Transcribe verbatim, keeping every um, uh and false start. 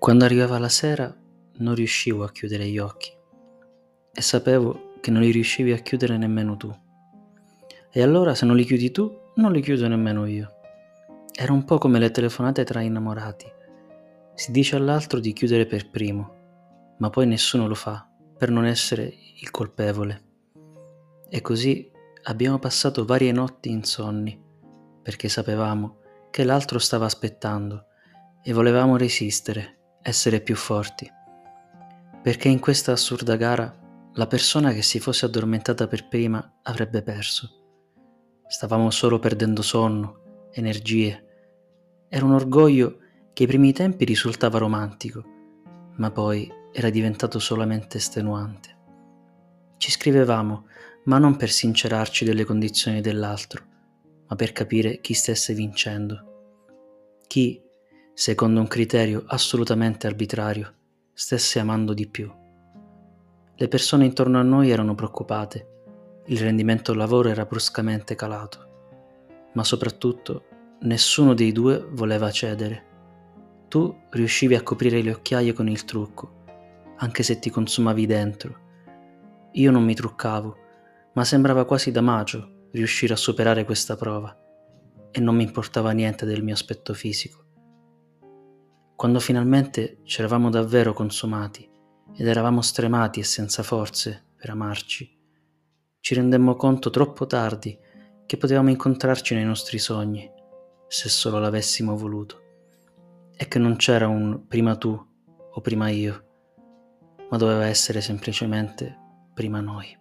Quando arrivava la sera non riuscivo a chiudere gli occhi e sapevo che non li riuscivi a chiudere nemmeno tu. E allora se non li chiudi tu, non li chiudo nemmeno io. Era un po' come le telefonate tra innamorati. Si dice all'altro di chiudere per primo, ma poi nessuno lo fa per non essere il colpevole. E così abbiamo passato varie notti insonni, perché sapevamo che l'altro stava aspettando e volevamo resistere, essere più forti. Perché in questa assurda gara la persona che si fosse addormentata per prima avrebbe perso. Stavamo solo perdendo sonno, energie. Era un orgoglio che ai primi tempi risultava romantico, ma poi era diventato solamente estenuante. Ci scrivevamo, ma non per sincerarci delle condizioni dell'altro, ma per capire chi stesse vincendo. Chi, secondo un criterio assolutamente arbitrario, stesse amando di più. Le persone intorno a noi erano preoccupate, il rendimento al lavoro era bruscamente calato, ma soprattutto nessuno dei due voleva cedere. Tu riuscivi a coprire le occhiaie con il trucco, anche se ti consumavi dentro. Io non mi truccavo, ma sembrava quasi da macio riuscire a superare questa prova, e non mi importava niente del mio aspetto fisico. Quando finalmente c'eravamo davvero consumati ed eravamo stremati e senza forze per amarci, ci rendemmo conto troppo tardi che potevamo incontrarci nei nostri sogni, se solo l'avessimo voluto, e che non c'era un prima tu o prima io, ma doveva essere semplicemente prima noi.